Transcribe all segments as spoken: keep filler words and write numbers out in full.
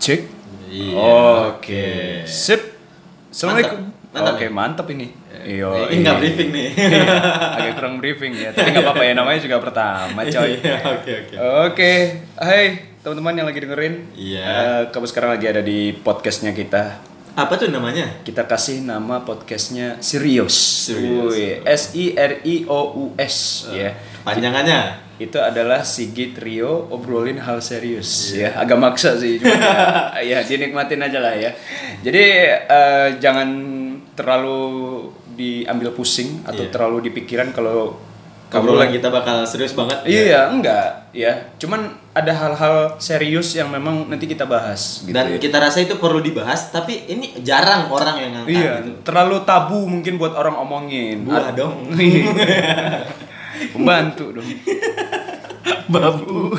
Cek. Iya. Oke. Sip. Assalamualaikum. Mantap. Oke, mantap ini. Iyo. Ini nggak briefing nih. Iya, agak kurang briefing ya. Tapi nggak apa-apa ya, namanya juga pertama, coy. Iya, oke oke. Oke. Hai teman-teman yang lagi dengerin. Iya. Eh, kamu sekarang lagi ada di podcastnya kita. Apa tuh namanya? Kita kasih nama podcastnya Serius. Serius. Wih, S I R I O U S ya. Panjangannya? Itu adalah Sigit Rio obrolin hal serius ya. Agak maksa sih cuma ya, ya dinikmatin aja lah ya. Jadi uh, jangan terlalu diambil pusing atau Iya. terlalu dipikiran kalau Obrolan kita bakal serius banget. Iya, enggak ya. Cuman ada hal-hal serius yang memang nanti kita bahas gitu. Dan ya. kita rasa itu perlu dibahas, tapi ini jarang orang yang ngangkat. Iya, gitu. terlalu tabu mungkin buat orang omongin. Buah Ad- dong. Pembantu dong. Babu.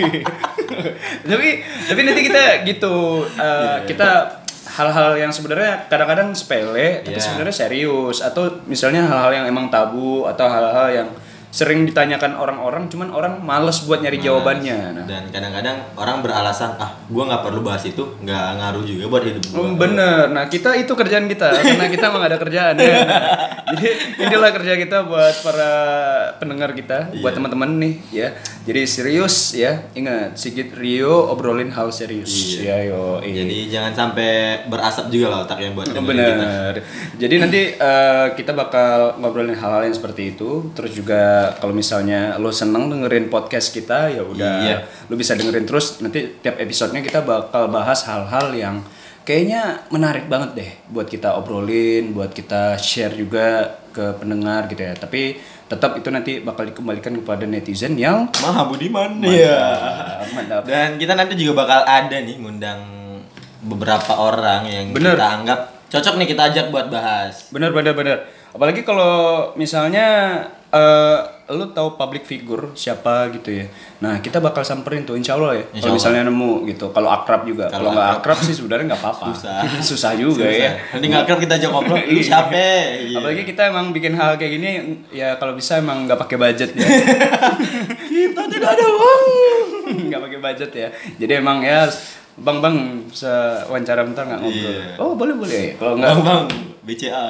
tapi tapi nanti kita gitu uh, Yeah. kita hal-hal yang sebenarnya kadang-kadang sepele tapi Yeah. sebenarnya serius, atau misalnya hal-hal yang emang tabu atau hal-hal yang sering ditanyakan orang-orang cuman orang males buat nyari Males. jawabannya. Nah, Dan kadang-kadang orang beralasan, ah gua nggak perlu bahas itu, nggak ngaruh juga buat hidup gua. oh, bener. Nah kita itu kerjaan kita karena kita emang ada kerjaan ya. Jadi inilah kerja kita buat para pendengar kita, buat Iya. teman-teman nih ya. Jadi serius ya, ingat Sigit Rio obrolin hal serius. Iya. Ya yo. Jadi jangan sampai berasap juga lah otaknya buat dengerin kita. Bener. Jadi nanti uh, kita bakal ngobrolin hal-hal yang seperti itu. Terus juga kalau misalnya lo seneng dengerin podcast kita, ya udah, Iya. lo bisa dengerin terus. Nanti tiap episodenya kita bakal bahas hal-hal yang kayaknya menarik banget deh buat kita obrolin, buat kita share juga ke pendengar gitu ya. Tapi tetap itu nanti bakal dikembalikan kepada netizen yang Maha budiman. mantap, mantap. Dan kita nanti juga bakal ada nih ngundang beberapa orang yang Bener. kita anggap cocok nih kita ajak buat bahas. Bener, bener, bener. Apalagi kalau misalnya eh lu tahu public figure siapa gitu ya. Nah, kita bakal samperin tuh insya Allah ya. Insya Kalau misalnya nemu gitu. Kalau akrab juga. Kalau Kalau nggak akrab. akrab sih sebenarnya nggak apa-apa. Susah. Susah juga ya. Nanti nggak akrab kita ajak ngobrol, lu Iya. siapa? Iya. Apalagi kita emang bikin hal kayak gini ya kalau bisa emang nggak pakai budget ya. Kita tidak ada uang. Nggak pakai budget ya. Jadi emang ya Bang Bang bisa wawancara bentar nggak ngobrol? Iya. Oh boleh boleh. Kalau nggak Bang, bang, B C A.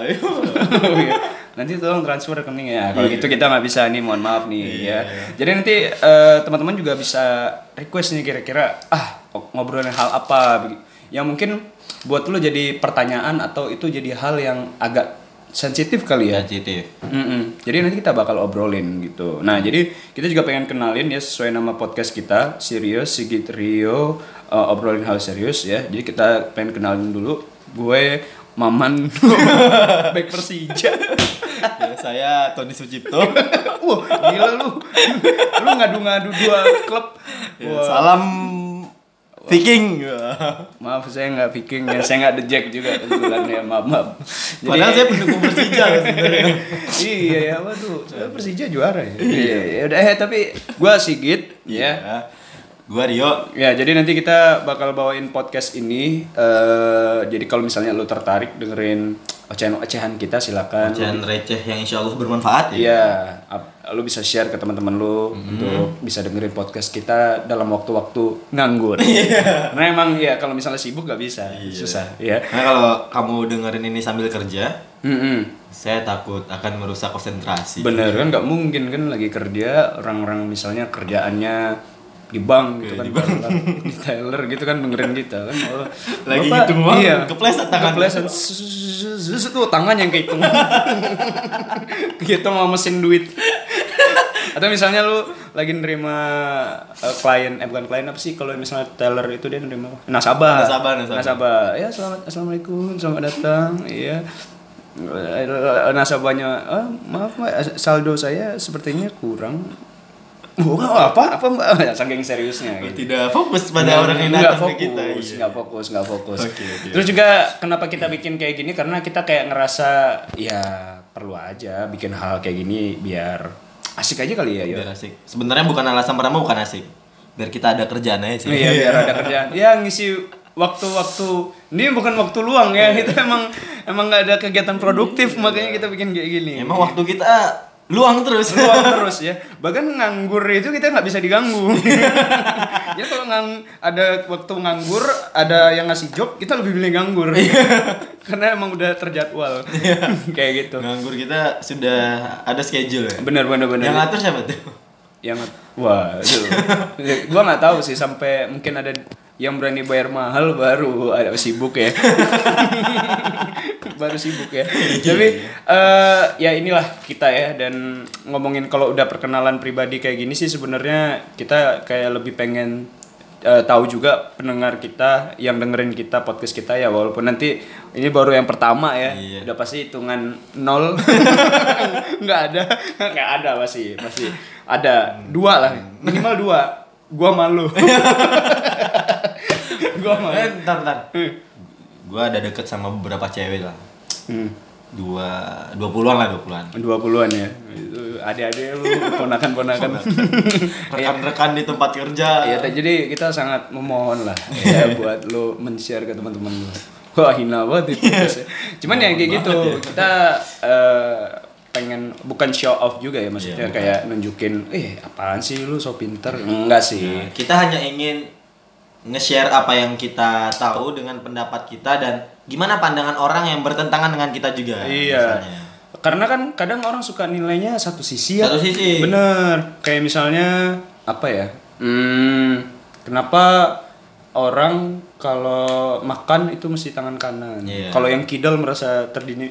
nanti tolong transfer rekening ya. Kalau gitu kita nggak bisa nih, mohon maaf nih Iya. ya. Jadi nanti eh, teman-teman juga bisa request nih kira-kira ah ngobrolin hal apa yang mungkin buat lo jadi pertanyaan atau itu jadi hal yang agak sensitif kali ya. Sensitif. Mm-mm. Jadi nanti kita bakal obrolin gitu. Nah jadi kita juga pengen kenalin ya sesuai nama podcast kita, Serius Sigit Rio uh, obrolin hal serius ya. Jadi kita pengen kenalin dulu. Gue Maman back Persija. Ya, saya Tony Sucipto. Wah gila lu. Lu ngadu-ngadu dua klub. Ya, Wah. salam Viking. Maaf saya nggak Viking ya, saya nggak The Jack juga kebetulan ya, maaf maaf. Jadi- Padahal saya pendukung Persija loh sebenarnya. iya ya, waduh, saya Persija juara ya. Iya, ya udah eh tapi gua Sigit ya. Ya. Gua Rio. Ya, jadi nanti kita bakal bawain podcast ini. eh jadi kalau misalnya lu tertarik dengerin ocehan-ocehan kita, silakan. Ocehan receh yang insya Allah bermanfaat ya. Iya, ap- lu bisa share ke teman-teman lu untuk bisa dengerin podcast kita dalam waktu-waktu nganggur. Karena emang ya kalau misalnya sibuk gak bisa, susah. Ya. Nah kalau kamu dengerin ini sambil kerja, Mm-mm. saya takut akan merusak konsentrasi. Bener kan, nggak mungkin kan lagi kerja orang-orang misalnya kerjaannya di bank gitu kan, di teller gitu kan dengerin kita kan. Oh, Lagi Bapak, ngitung uang, iya, kepleset tangan. kepleset Zzz, tuh tangan yang kehitung. Kehitung sama mesin duit. Atau misalnya lu lagi nerima uh, klien, eh bukan klien apa sih kalau misalnya teller itu dia nerima apa? Nasabah. Nasabah, nasabah. Nasabah. Ya selamat, assalamualaikum, selamat datang. Iya. Nasabahnya, oh, maaf mbak, saldo saya sepertinya kurang. Oh, apa? Apa mbak? Ya, saking seriusnya gitu. Tidak fokus pada Nggak- orang yang nggak datang fokus, ke kita. Iya. nggak fokus, nggak fokus. Oke, oke. Terus juga kenapa kita bikin kayak gini? Karena kita kayak ngerasa ya perlu aja bikin hal kayak gini biar asik aja kali ya. Yo. Biar asik. Sebenarnya bukan alasan pertama, bukan asik. Biar kita ada kerjaan aja sih. Iya, biar ada kerjaan. Ya ngisi waktu-waktu. Ini bukan waktu luang ya. Itu emang emang nggak ada kegiatan produktif makanya kita bikin kayak gini. Emang waktu kita luang terus. luang terus ya. Bahkan nganggur itu kita nggak bisa diganggu. Ya kalau ngang ada waktu nganggur, ada yang ngasih job, kita lebih milih nganggur. Karena emang udah terjadwal. Kayak gitu. Nganggur kita sudah ada schedule ya. Bener bener bener. Yang ngatur siapa tuh? Yang wah, itu. Gua nggak tahu sih, sampai mungkin ada yang berani bayar mahal baru ada sibuk ya. Baru sibuk ya. Tapi uh, ya inilah kita ya, dan ngomongin kalau udah perkenalan pribadi kayak gini sih sebenarnya kita kayak lebih pengen uh, tahu juga pendengar kita yang dengerin kita podcast kita ya, walaupun nanti ini baru yang pertama ya. Iya. Udah pasti hitungan nol. Nggak ada, nggak ada pasti, pasti ada dua lah, minimal dua. Gua malu. Gua malu. Eh, bentar, bentar. Gua ada deket sama beberapa cewek lah. Hmm. Dua, dua puluhan lah, dua puluhan. Dua puluhan ya. Itu adik-adik lu, ponakan-ponakan. Rekan-rekan di tempat kerja. Iya, jadi kita sangat memohon lah ya buat lu men-share ke teman-teman lu. Wah, hina banget itu. Cuman ya kayak gitu. Ya. Kita uh, pengen bukan show off juga ya, maksudnya yeah, kayak nunjukin, eh apaan sih lu so pinter. Enggak sih. Nah, kita hanya ingin nge-share apa yang kita tahu dengan pendapat kita dan gimana pandangan orang yang bertentangan dengan kita juga. Iya. Misalnya. Karena kan kadang orang suka nilainya satu sisi ya. Satu sisi. Bener. Kayak misalnya apa ya? Hmm, kenapa orang kalau makan itu mesti tangan kanan. Yeah. Kalau yang kidal merasa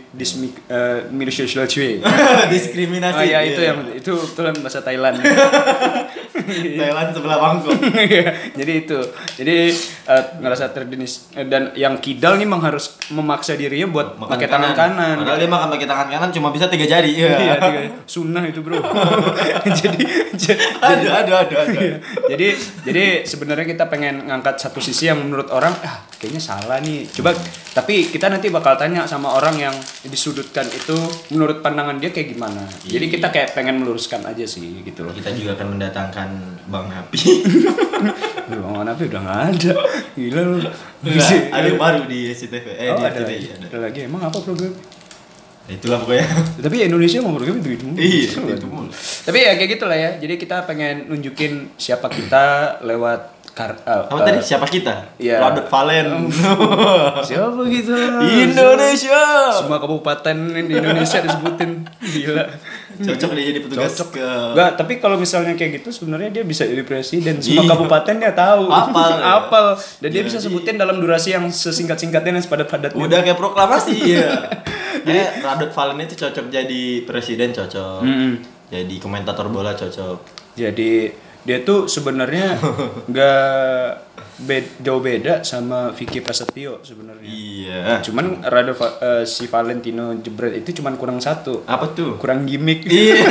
terdiskriminasi. Uh, diskriminasi. Oh ya, itu yeah. yang itu tulen bahasa Thailand. Thailand sebelah Bangkok. Jadi itu. Jadi uh, ngerasa terdinis dan yang kidal nih memang harus memaksa dirinya buat pakai tangan kanan. Padahal dia makan pakai tangan kanan cuma bisa tiga jari. Iya, tiga. Sunnah itu, Bro. jadi ada ada ada ada. Jadi jadi sebenarnya kita pengen ngangkat satu sisi yang menurut orang ah kayaknya salah nih. Coba tapi kita nanti bakal tanya sama orang yang disudutkan itu menurut pandangan dia kayak gimana. Iya. Jadi kita kayak pengen meluruskan aja sih gitu loh. Kita juga akan mendatangkan Bang Napi. Bang Napi udah enggak ada. Gila lu. Ada yang baru di S C T V. Eh oh, di ada, ada, lagi. ada lagi. Emang apa program? Itulah pokoknya. Tapi Indonesia mau program itu itu. Iya, itu mulu. Tapi ya kayak gitulah ya. Jadi kita pengen nunjukin siapa kita lewat Kar- uh, apa uh, tadi? Siapa kita? Iya. Radot Valen. Siapa gitu? Indonesia. Semua kabupaten di Indonesia disebutin. Gila. Cocok dia jadi petugas. Cocok. Ke... Nggak, tapi kalau misalnya kayak gitu sebenarnya dia bisa jadi presiden. Semua kabupaten dia tahu. Apal. Apal. Dan dia Jadi... bisa sebutin dalam durasi yang sesingkat-singkatnya dan sepadat-padatnya. Udah kayak proklamasi. Iya. Jadi Radot Valen itu cocok jadi presiden, cocok. Mm-hmm. Jadi komentator bola cocok. Jadi dia tuh sebenarnya nggak be- jauh beda sama Vicky Prasetyo sebenarnya. Iya. Cuman Rado uh, si Valentino Jebret itu cuman kurang satu. Apa tuh? Kurang gimmick. Iya.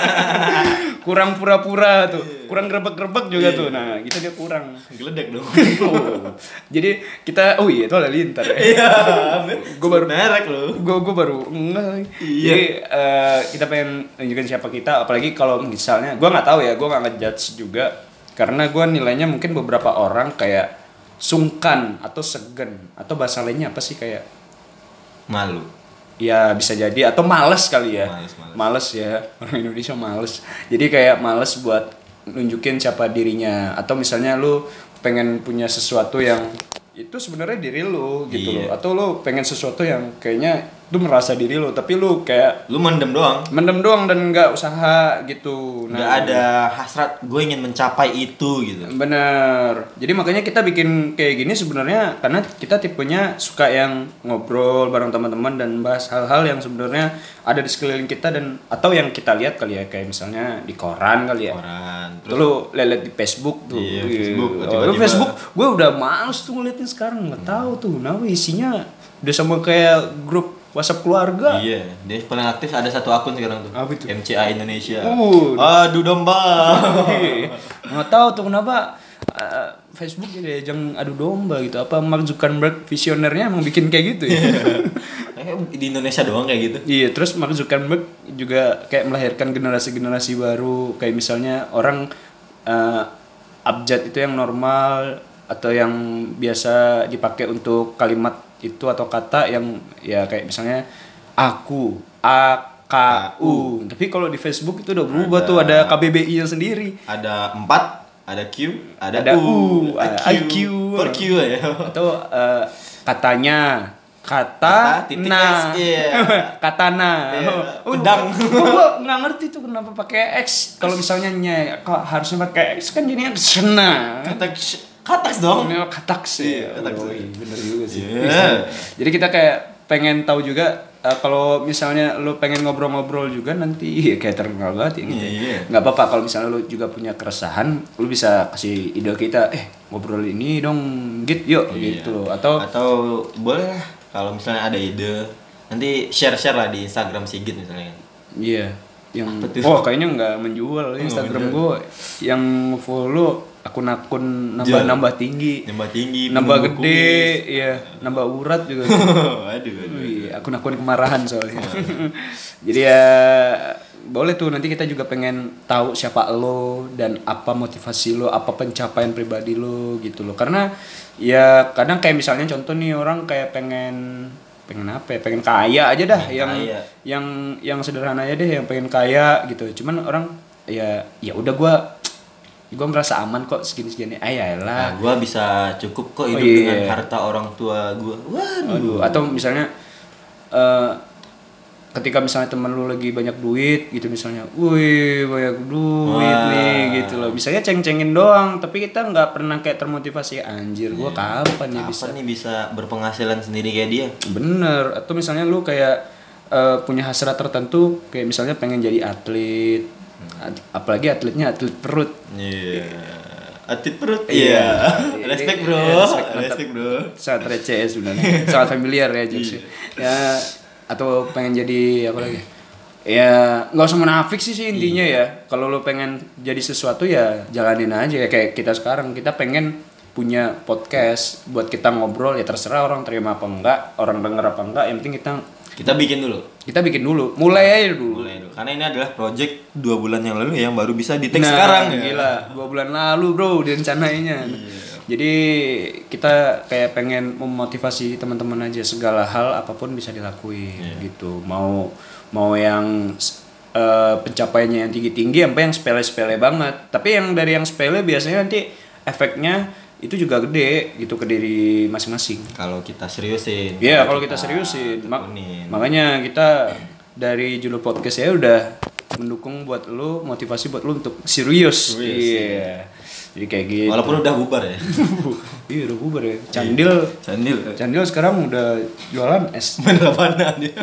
Kurang pura-pura tuh. Kurang grebek-grebek juga iya. tuh. Nah, kita dia kurang. Geledek dong. Oh. Jadi kita oh iya itu Halilintar ya. Iya. Gue baru merek loh. Gue gue baru enggak. Iya. Jadi uh, kita pengen tunjukin siapa kita, apalagi kalau misalnya gue nggak tahu ya, gue nggak ngejudge juga karena gue nilainya mungkin beberapa orang kayak sungkan atau segan atau bahasa lainnya apa sih kayak malu. Ya bisa jadi atau males kali ya. Males, males. Males ya. Orang Indonesia males. Jadi kayak males buat nunjukin siapa dirinya atau misalnya lu pengen punya sesuatu yang itu sebenarnya diri lu gitu iya. loh, atau lu pengen sesuatu yang kayaknya lu merasa diri lu tapi lu kayak lu mendem doang mendem doang dan nggak usaha gitu. Nggak nah, ada hasrat gue ingin mencapai itu gitu. Bener. Jadi makanya kita bikin kayak gini sebenarnya karena kita tipenya suka yang ngobrol bareng teman-teman dan bahas hal-hal yang sebenarnya ada di sekeliling kita dan atau yang kita lihat kali ya, kayak misalnya di koran kali ya. Koran. Terus lu lihat di Facebook tuh. Iya, Facebook. Oh, lu Facebook gue udah males tuh ngeliatnya sekarang, nggak tahu tuh. Nah, isinya udah sama kayak grup WhatsApp keluarga. Iya, dia paling aktif ada satu akun sekarang tuh. Apa itu? M C A Indonesia. Uh, Aduh domba. Nggak tahu tuh kenapa uh, Facebook jadi ajang adu domba gitu. Apa Mark Zuckerberg visionernya emang bikin kayak gitu ya? Di Indonesia doang kayak gitu. Iya, terus Mark Zuckerberg juga kayak melahirkan generasi-generasi baru. Kayak misalnya orang uh, abjad itu yang normal atau yang biasa dipakai untuk kalimat itu atau kata yang ya kayak misalnya aku, ak, K U. Tapi kalau di Facebook itu udah berubah tuh, ada K B B I-nya sendiri. Ada empat, ada Q, ada, Ada U, U, ada I Q. I Q. Per Q ya. Atau eh, katanya kata Kata, titik nah X, iya. katana Iya, oh, pedang. gua nggak ngerti tuh kenapa pakai X kalau misalnya nye kok harusnya pakai X kan jadinya sena Kataks, kataks dong. ini kataks Iya, ya kataks. oh, iya, bener juga sih. Iya. Jadi kita kayak pengen tahu juga uh, kalau misalnya lu pengen ngobrol-ngobrol juga nanti ya kayak terkenal banget ya gitu. Iya. Nggak apa-apa kalau misalnya lu juga punya keresahan, lu bisa kasih ide kita, eh ngobrol ini dong, git yuk Iya. gitu loh. Atau Atau boleh lah kalau misalnya ada ide nanti share-share lah di Instagram Sigit misalnya. iya, yang Apa tuh? oh kayaknya nggak menjual Instagram gue, yang follow akun-akun nambah-nambah tinggi, Nambah tinggi, nambah menunggu gede, kumis. iya, nambah urat juga. aduh, aduh. Wih, akun-akun kemarahan soalnya. Jadi ya boleh tuh nanti kita juga pengen tahu siapa lo dan apa motivasi lo, apa pencapaian pribadi lo gitu loh. Karena ya kadang kayak misalnya contoh nih orang kayak pengen pengen apa ya? Pengen kaya aja dah, Pengen yang kaya. yang yang sederhana aja deh, yang pengen kaya gitu. Cuman orang ya ya udah gua gua merasa aman kok segini-segini. Ah ya Nah, lah. gua bisa cukup kok hidup Oh, iya. dengan harta orang tua gua. Waduh. Aduh, atau misalnya eh, ketika misalnya teman lu lagi banyak duit gitu misalnya, wih banyak duit Wah. nih gitu loh, bisanya ceng-cengin doang, tapi kita nggak pernah kayak termotivasi anjir, gua kapan ya bisa, Apa nih bisa berpenghasilan sendiri kayak dia? bener, atau misalnya lu kayak eh, punya hasrat tertentu, kayak misalnya pengen jadi atlet, At- apalagi atletnya atlet perut. Iya. Atlet perut. Iya. Iya. Respect, bro. Iya, respect, mantap. Respect, bro. Sangat receh sebenarnya, sangat familiar ya jokesnya. Ya atau pengen jadi apa lagi? Ya nggak usah munafik sih sih intinya ya. Kalau lo pengen jadi sesuatu ya jalanin aja ya kayak kita sekarang, kita pengen punya podcast buat kita ngobrol, ya terserah orang terima apa enggak, orang denger apa enggak, yang penting kita Kita bikin dulu. kita bikin dulu, mulai aja dulu. Mulai dulu. Karena ini adalah project dua bulan yang lalu yang baru bisa di take Nah, sekarang ya. gila, dua bulan lalu bro direncanainya. Jadi kita kayak pengen memotivasi teman-teman aja, segala hal apapun bisa dilakuin gitu. Mau mau yang eh, pencapaiannya yang tinggi-tinggi sampai yang sepele-sepele banget. Tapi yang dari yang sepele biasanya nanti efeknya itu juga gede gitu ke diri masing-masing. Kalau kita seriusin. Iya, kalau kita seriusin. Mak- tekunin. makanya kita dari judul podcast ya udah mendukung buat lu, motivasi buat lu untuk serius. Iya. Jadi kayak gitu. Walaupun udah bubar ya. Iya, udah bubar ya. Candil. Candil. Candil sekarang udah jualan es. Bener mana dia?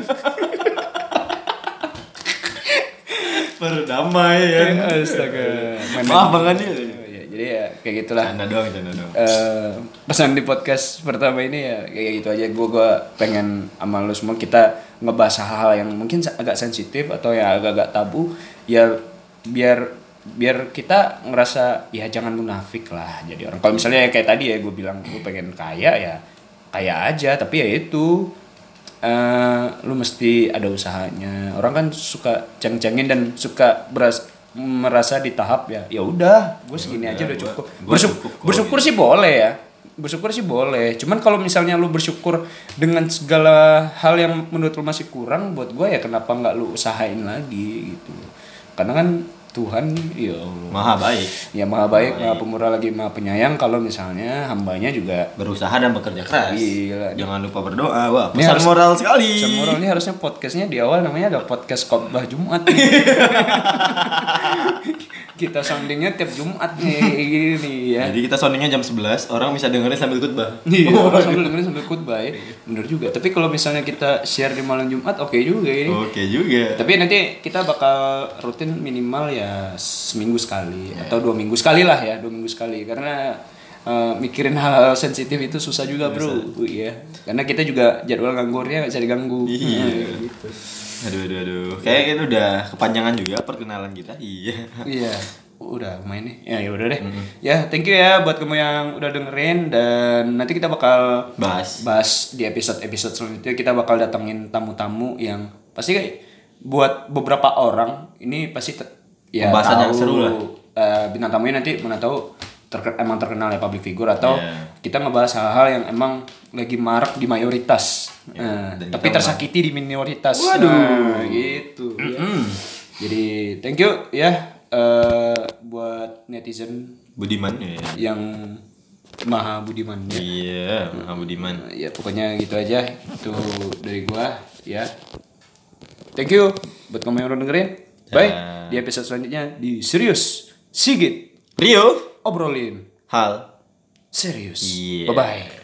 Berdamai ya. Astaga. Main- Maaf Bang Adil. Iya, jadi ya kayak gitulah. Canda doang, canda doang. Eh, pesan di podcast pertama ini ya kayak gitu aja. Gue gua pengen sama lu semua kita ngebahas hal-hal yang mungkin agak sensitif atau ya agak-agak tabu, ya biar biar kita ngerasa ya jangan munafik lah jadi orang. Kalau misalnya kayak tadi ya gue bilang gue pengen kaya, ya kaya aja, tapi ya itu eh, lu mesti ada usahanya. Orang kan suka ceng-cengin dan suka beras merasa di tahap ya ya udah gue segini aja udah gua- cukup. gua Bersyuk- cukup kok, bersyukur sih boleh ya, bersyukur sih boleh. Cuman kalau misalnya lu bersyukur dengan segala hal yang menurut lu masih kurang, buat gue ya kenapa nggak lu usahain lagi gitu. Karena kan Tuhan ya Allah Maha baik. ya maha baik, maha pemurah lagi maha penyayang. Kalau misalnya hambanya juga Berusaha dan bekerja keras. Gila. Jangan lupa berdoa. Wah, Ini pesan harus- moral sekali. pesan moral ini harusnya podcastnya di awal namanya ada podcast khotbah Jumat. Kita soundingnya tiap Jumat nih kayak gini ya. Jadi kita soundingnya jam sebelas, orang bisa dengerin sambil khutbah. Iya, orang sambil dengerin sambil khotbah ya. Bener juga. Tapi kalau misalnya kita share di malam Jumat oke juga ini. Oke juga. Tapi nanti kita bakal rutin minimal ya seminggu sekali atau dua minggu sekali lah ya, dua minggu sekali karena eh, mikirin hal-hal sensitif itu susah juga bro, iya. Karena kita juga jadwal nganggurnya nggak bisa diganggu. Iya. Nah, gitu. Aduh, aduh, aduh. Kayaknya itu udah kepanjangan juga perkenalan kita. Iya. Iya, udah main nih. Ya ya udah deh. Ya thank you ya buat kamu yang udah dengerin, dan nanti kita bakal Bahas. bahas di episode-episode selanjutnya. Kita bakal datengin tamu-tamu yang pasti kayak buat beberapa orang ini pasti te- ya Pembahasan yang tahu, seru lah. eh, bintang tamunya nanti mana tahu terke- emang terkenal ya public figure atau Iya. kita ngebahas hal-hal yang emang lagi marak di mayoritas. Ya, Nah, dan tapi kita tersakiti di minoritas. Waduh. Nah, gitu. Ya. Jadi thank you ya eh, buat netizen Budiman ya. yang maha budiman ya. Iya, Maha Budiman. Ya pokoknya gitu aja. Itu dari gua ya. Thank you buat kamu yang udah dengerin. Bye. Di episode selanjutnya di Serius Sigit Rio, Obrolin Hal. Serius. Iya. Bye bye.